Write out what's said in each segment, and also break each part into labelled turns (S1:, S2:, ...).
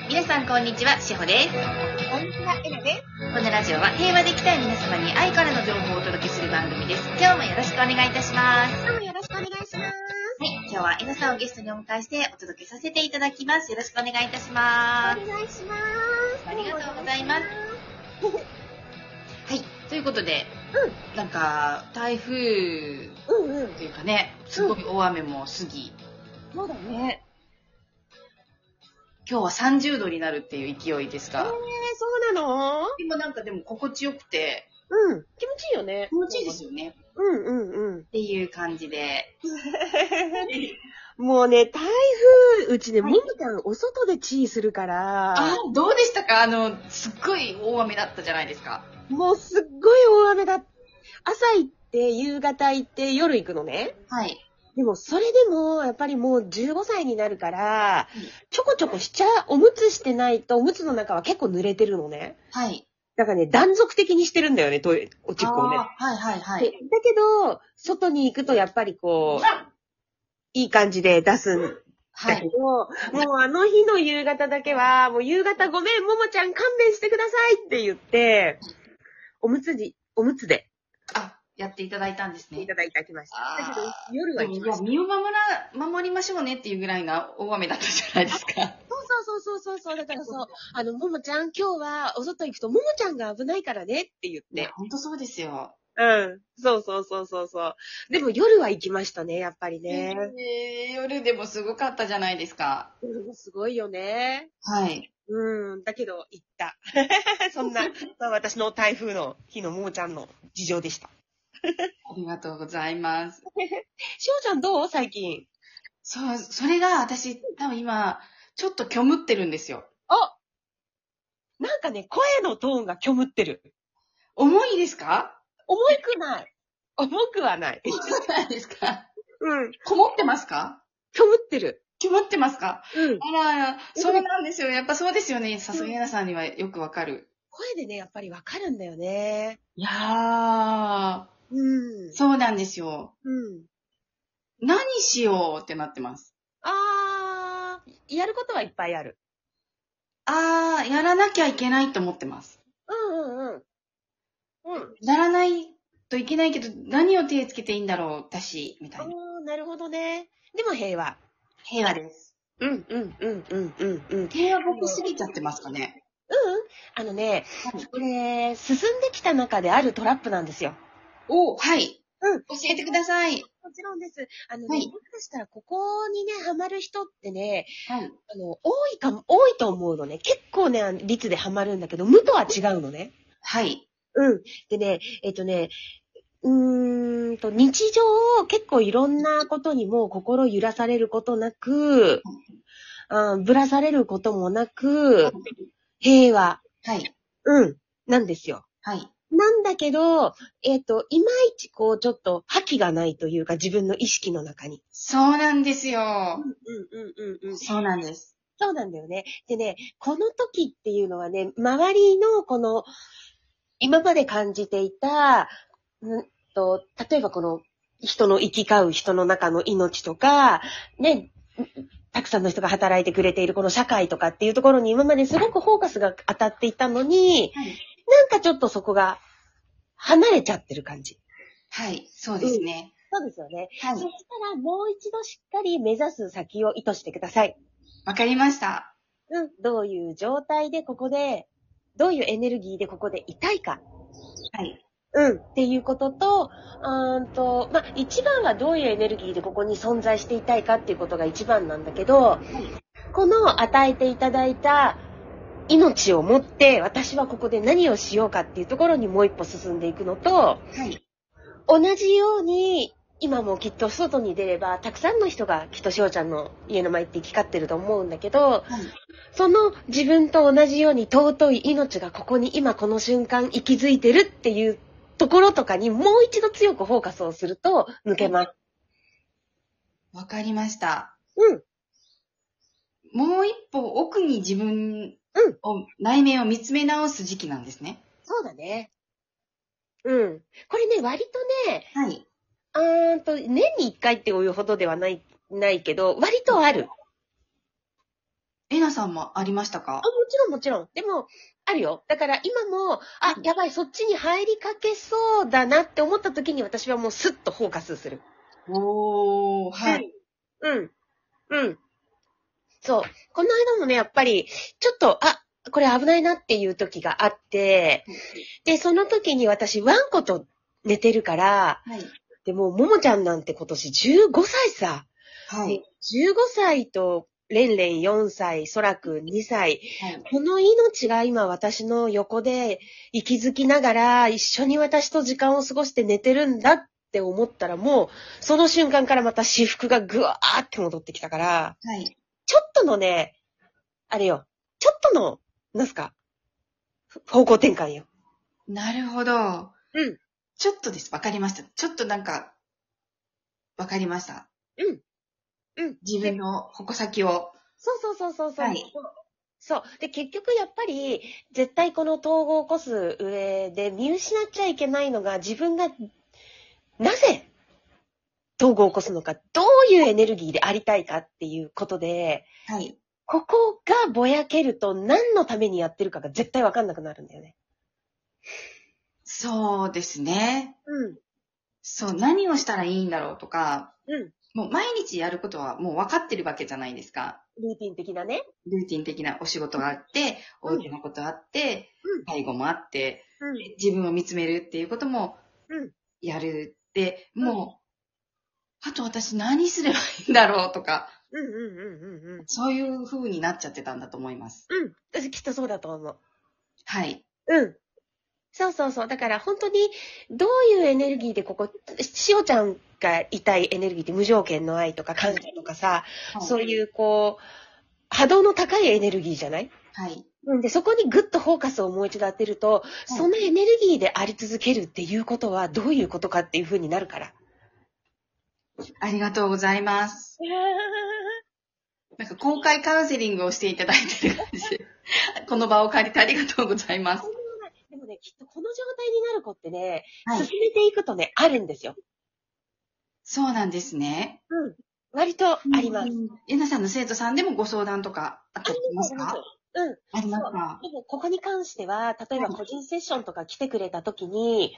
S1: 皆さんこんにちは、しほです。
S2: こんにちは、えなです。
S1: このラジオは平和で生きたい皆様に愛からの情報をお届けする番組です。今日もよろしくお願いいたします。
S2: 今日もよろしくお願いします。はい、
S1: 今日はえなさんをゲストにお迎えしてお届けさせていただきます。よろしくお願いいたします。
S2: お願いします。
S1: ありがとうございます。はい、ということで、なんか台風っていうかね、すごい大雨も過ぎ、
S2: そうだね。
S1: 今日は30度になるっていう勢いですが、
S2: そうなの？
S1: でも心地よくて、
S2: 気持ちいいよね。
S1: 気持ちいいですよね。っていう感じで。
S2: もうね、台風、うちね、ももちゃんお外でチーするから。
S1: どうでしたか？すっごい大雨だったじゃないですか。
S2: もうすっごい大雨だ。朝行って、夕方行って、夜行くのね。
S1: はい。
S2: でも、それでも、やっぱりもう15歳になるから、ちょこちょこおむつしてないと、おむつの中は結構濡れてるのね。
S1: はい。
S2: だからね、断続的にしてるんだよね、おちっこをね。
S1: はい。
S2: だけど、外に行くとやっぱりこう、いい感じで出すんだけど、もうあの日の夕方だけは、もう夕方ごめん、ももちゃん勘弁してくださいって言って、おむつで。
S1: やっていただいたんですね。
S2: いただきました。だけど、夜は行きました。
S1: 身を守りましょうねっていうぐらいな大雨だったじゃないですか。
S2: そう。だからそう、ももちゃん今日はお外行くと、ももちゃんが危ないからねって言って。
S1: ほんとそうですよ。
S2: そう。でも夜は行きましたね、やっぱりね。
S1: 夜でもすごかったじゃないですか。
S2: 夜もすごいよね。
S1: はい。
S2: だけど行った。そんな、私の台風の日のももちゃんの事情でした。
S1: ありがとうございます。
S2: しおちゃんどう？最近。
S1: そう、それが私、多分今、ちょっと虚無ってるんですよ。
S2: なんかね、声のトーンが虚無ってる。
S1: 重いですか？
S2: 重くない。重くはない。
S1: そうなんですか？
S2: こ
S1: もってますか？
S2: 虚無ってる。
S1: 虚無ってますか？あら、そうなんですよ。やっぱそうですよね。さすがやなさんにはよくわかる。
S2: 声でね、やっぱりわかるんだよね。
S1: いやー。そうなんですよ。何しようってなってます。
S2: やることはいっぱいある。
S1: やらなきゃいけないと思ってます。やらないといけないけど、何を手つけていいんだろう、私、みたいな。
S2: なるほどね。でも平和。
S1: 平和です。平和僕過ぎちゃってますかね。
S2: これ、進んできた中であるトラップなんですよ。
S1: はい。教えてください。
S2: もちろんです。もしかしたらここにね、ハマる人ってね、多いと思うのね。結構ね、率でハマるんだけど、無とは違うのね。
S1: はい。
S2: でね、日常、結構いろんなことにも心揺らされることなく、ぶらされることもなく、平和。なんですよ。なんだけど、いまいちこう、ちょっと、覇気がないというか、自分の意識の中に。
S1: そうなんですよ。そうなんです。
S2: そうなんだよね。でね、この時っていうのはね、周りのこの、今まで感じていた、例えばこの、人の行き交う人の中の命とか、ね、たくさんの人が働いてくれているこの社会とかっていうところに今まですごくフォーカスが当たっていたのに、なんかちょっとそこが離れちゃってる感じ。
S1: はい、そうですね。
S2: そうですよね。そしたらもう一度しっかり目指す先を意図してください。
S1: わかりました。
S2: どういう状態でここで、どういうエネルギーでここでいたいか。っていうことと、一番はどういうエネルギーでここに存在していたいかっていうことが一番なんだけど、この与えていただいた命を持って私はここで何をしようかっていうところにもう一歩進んでいくのと、同じように今もきっと外に出ればたくさんの人がきっとしおちゃんの家の前って行き交ってると思うんだけど、その自分と同じように尊い命がここに今この瞬間息づいてるっていうところとかにもう一度強くフォーカスをすると抜けます。
S1: わかりました。もう一歩奥に自分内面を見つめ直す時期なんですね。
S2: そうだね。これね、割とね、年に1回っていうほどではないけど、割とある。
S1: なさんもありましたか？
S2: もちろんもちろん。でも、あるよ。だから今も、やばい、そっちに入りかけそうだなって思った時に私はもうスッとフォーカスする。
S1: はい。
S2: うん。うん。そう。この間もね、やっぱり、ちょっと、これ危ないなっていう時があって、で、その時に私、ワンコと寝てるから、でも、ももちゃんなんて今年15歳さ。15歳と、レンレン4歳、ソラくん2歳、この命が今私の横で息づきながら一緒に私と時間を過ごして寝てるんだって思ったらもう、その瞬間からまた私服がぐわーって戻ってきたから、ちょっとのね、あれよ、ちょっとの、なんすか、方向転換よ。
S1: なるほど。ちょっとです。わかりました。ちょっとなんか、わかりました。自分の矛先を。
S2: そう。そう。で、結局やっぱり、絶対この統合を起こす上で見失っちゃいけないのが、自分が、なぜ、統合を起こすのか、どういうエネルギーでありたいかっていうことで、ここがぼやけると何のためにやってるかが絶対わかんなくなるんだよね。
S1: そうですね。そう、何をしたらいいんだろうとか、もう毎日やることはもう分かってるわけじゃないですか。
S2: ルーティン的なね。
S1: ルーティン的なお仕事があって、お家のことあって、介護もあって、自分を見つめるっていうこともやるって、もう、あと私何すればいいんだろうとか、そういう風になっちゃってたんだと思います。
S2: 私きっとそうだと思う。
S1: はい。
S2: そう。だから本当にどういうエネルギーでしおちゃんがいたいエネルギーって無条件の愛とか感謝とかさ、そういう波動の高いエネルギーじゃない？で、そこにグッとフォーカスをもう一度当てると、そのエネルギーであり続けるっていうことはどういうことかっていう風になるから。
S1: ありがとうございます。なんか公開カウンセリングをしていただいてる感じで、この場を借りてありがとうございます。
S2: でもね、きっとこの状態になる子ってね、進めていくとね、あるんですよ。
S1: そうなんですね。
S2: 割とあります。
S1: えなさんの生徒さんでもご相談とかあったりしますか？ありますか？
S2: でもここに関しては、例えば個人セッションとか来てくれたときに、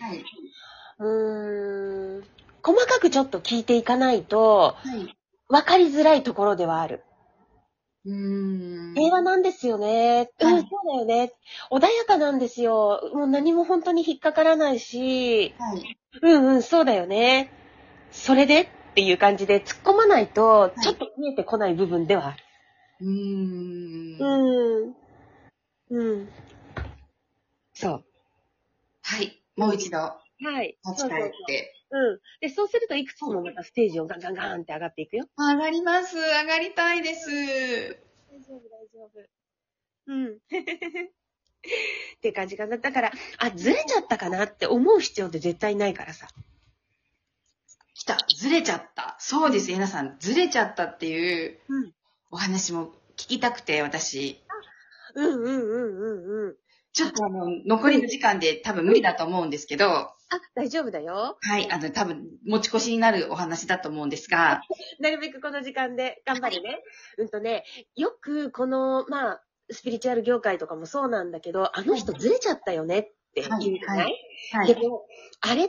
S2: 細かくちょっと聞いていかないと、分かりづらいところではある。平和なんですよね。そうだよね。穏やかなんですよ。もう何も本当に引っかからないし、そうだよね。それでっていう感じで突っ込まないと、ちょっと見えてこない部分ではある。そう。
S1: はい。もう一度。立ち返って。
S2: で、そうするといくつもまたステージをガンガンガンって上がっていくよ。
S1: 上がります。上がりたいです。
S2: 大丈夫。って感じかな。だから、ずれちゃったかなって思う必要って絶対ないからさ。
S1: 来た。ずれちゃった。そうです、えなさん。ずれちゃったっていうお話も聞きたくて、私。ちょっと残りの時間で多分無理だと思うんですけど。
S2: 大丈夫だよ。
S1: はい、多分持ち越しになるお話だと思うんですが。
S2: なるべくこの時間で頑張るね。よくこの、スピリチュアル業界とかもそうなんだけど、あの人ずれちゃったよねって言うじゃない？でも、あれって、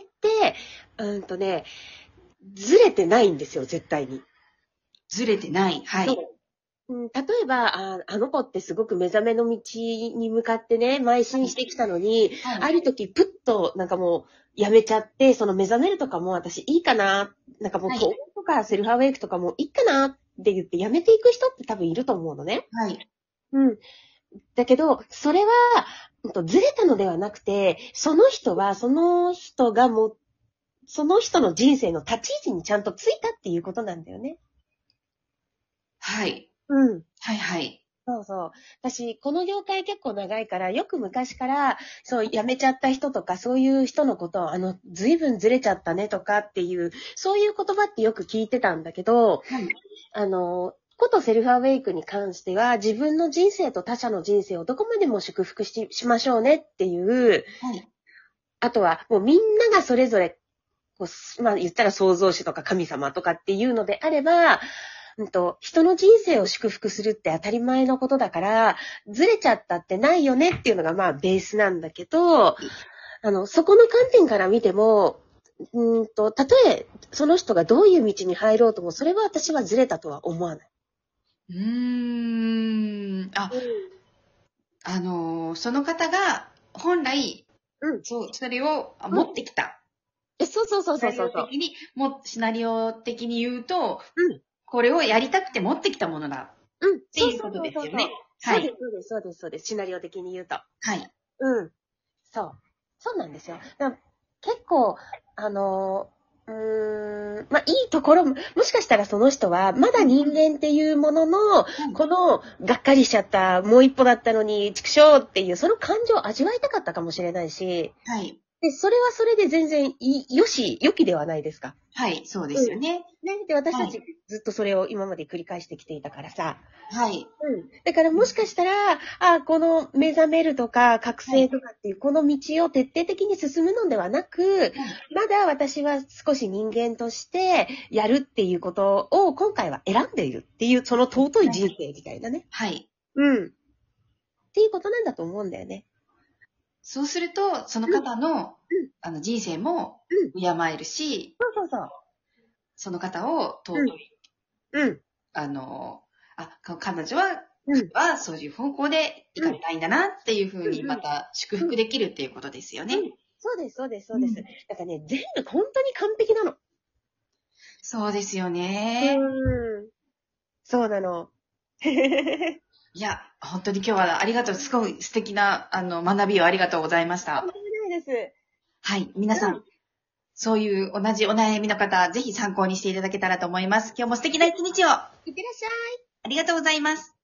S2: ずれてないんですよ、絶対に。
S1: ずれてない。
S2: 例えば、あの子ってすごく目覚めの道に向かってね、邁進してきたのに、ある時、プッとなんかもうやめちゃって、その目覚めるとかも私いいかな、なんかもう統合とかセルフアウェイクとかもいいかなって言ってやめていく人って多分いると思うのね。だけど、それは、ずれたのではなくて、その人は、その人がその人の人生の立ち位置にちゃんとついたっていうことなんだよね。そう。私、この業界結構長いから、よく昔から、そう辞めちゃった人とか、そういう人のことを、随分ずれちゃったねとかっていう、そういう言葉ってよく聞いてたんだけど、ことセルフアウェイクに関しては、自分の人生と他者の人生をどこまでも祝福しましょうねっていう、あとは、もうみんながそれぞれ、言ったら創造主とか神様とかっていうのであれば、 人の人生を祝福するって当たり前のことだから、ずれちゃったってないよねっていうのがまあベースなんだけど、そこの観点から見ても、たとえその人がどういう道に入ろうとも、それは私はずれたとは思わない。
S1: その方が本来、それを持ってきた。
S2: そう。
S1: シナリオ的に言うと、これをやりたくて持ってきたものだ。っていうことですよね。
S2: はい。そうです。シナリオ的に言うと。
S1: はい。
S2: そうなんですよ。結構、いいところも、もしかしたらその人は、まだ人間っていうものの、この、がっかりしちゃった、もう一歩だったのに、畜生っていう、その感情を味わいたかったかもしれないし、
S1: はい。
S2: で、それはそれで全然良きではないですか。
S1: はい、そうですよね。
S2: で、私たちずっとそれを今まで繰り返してきていたからさ。
S1: はい。
S2: だからもしかしたら、この目覚めるとか、覚醒とかっていう、この道を徹底的に進むのではなく、まだ私は少し人間としてやるっていうことを今回は選んでいるっていう、その尊い人生みたいなね。
S1: はい。
S2: っていうことなんだと思うんだよね。
S1: そうすると、その方の、人生も敬えるし、その方を尊い。彼女はそういう方向で行かれたいんだなっていうふうにまた祝福できるっていうことですよね。
S2: そうです。だからね、全部本当に完璧なの。
S1: そうですよね。
S2: そうなの。
S1: いや、本当に今日はありがとう。すごい素敵な、学びをありがとうございました。
S2: とんでもないです。
S1: はい。皆さん、そういう同じお悩みの方、ぜひ参考にしていただけたらと思います。今日も素敵な一日を。
S2: いってらっしゃい。
S1: ありがとうございます。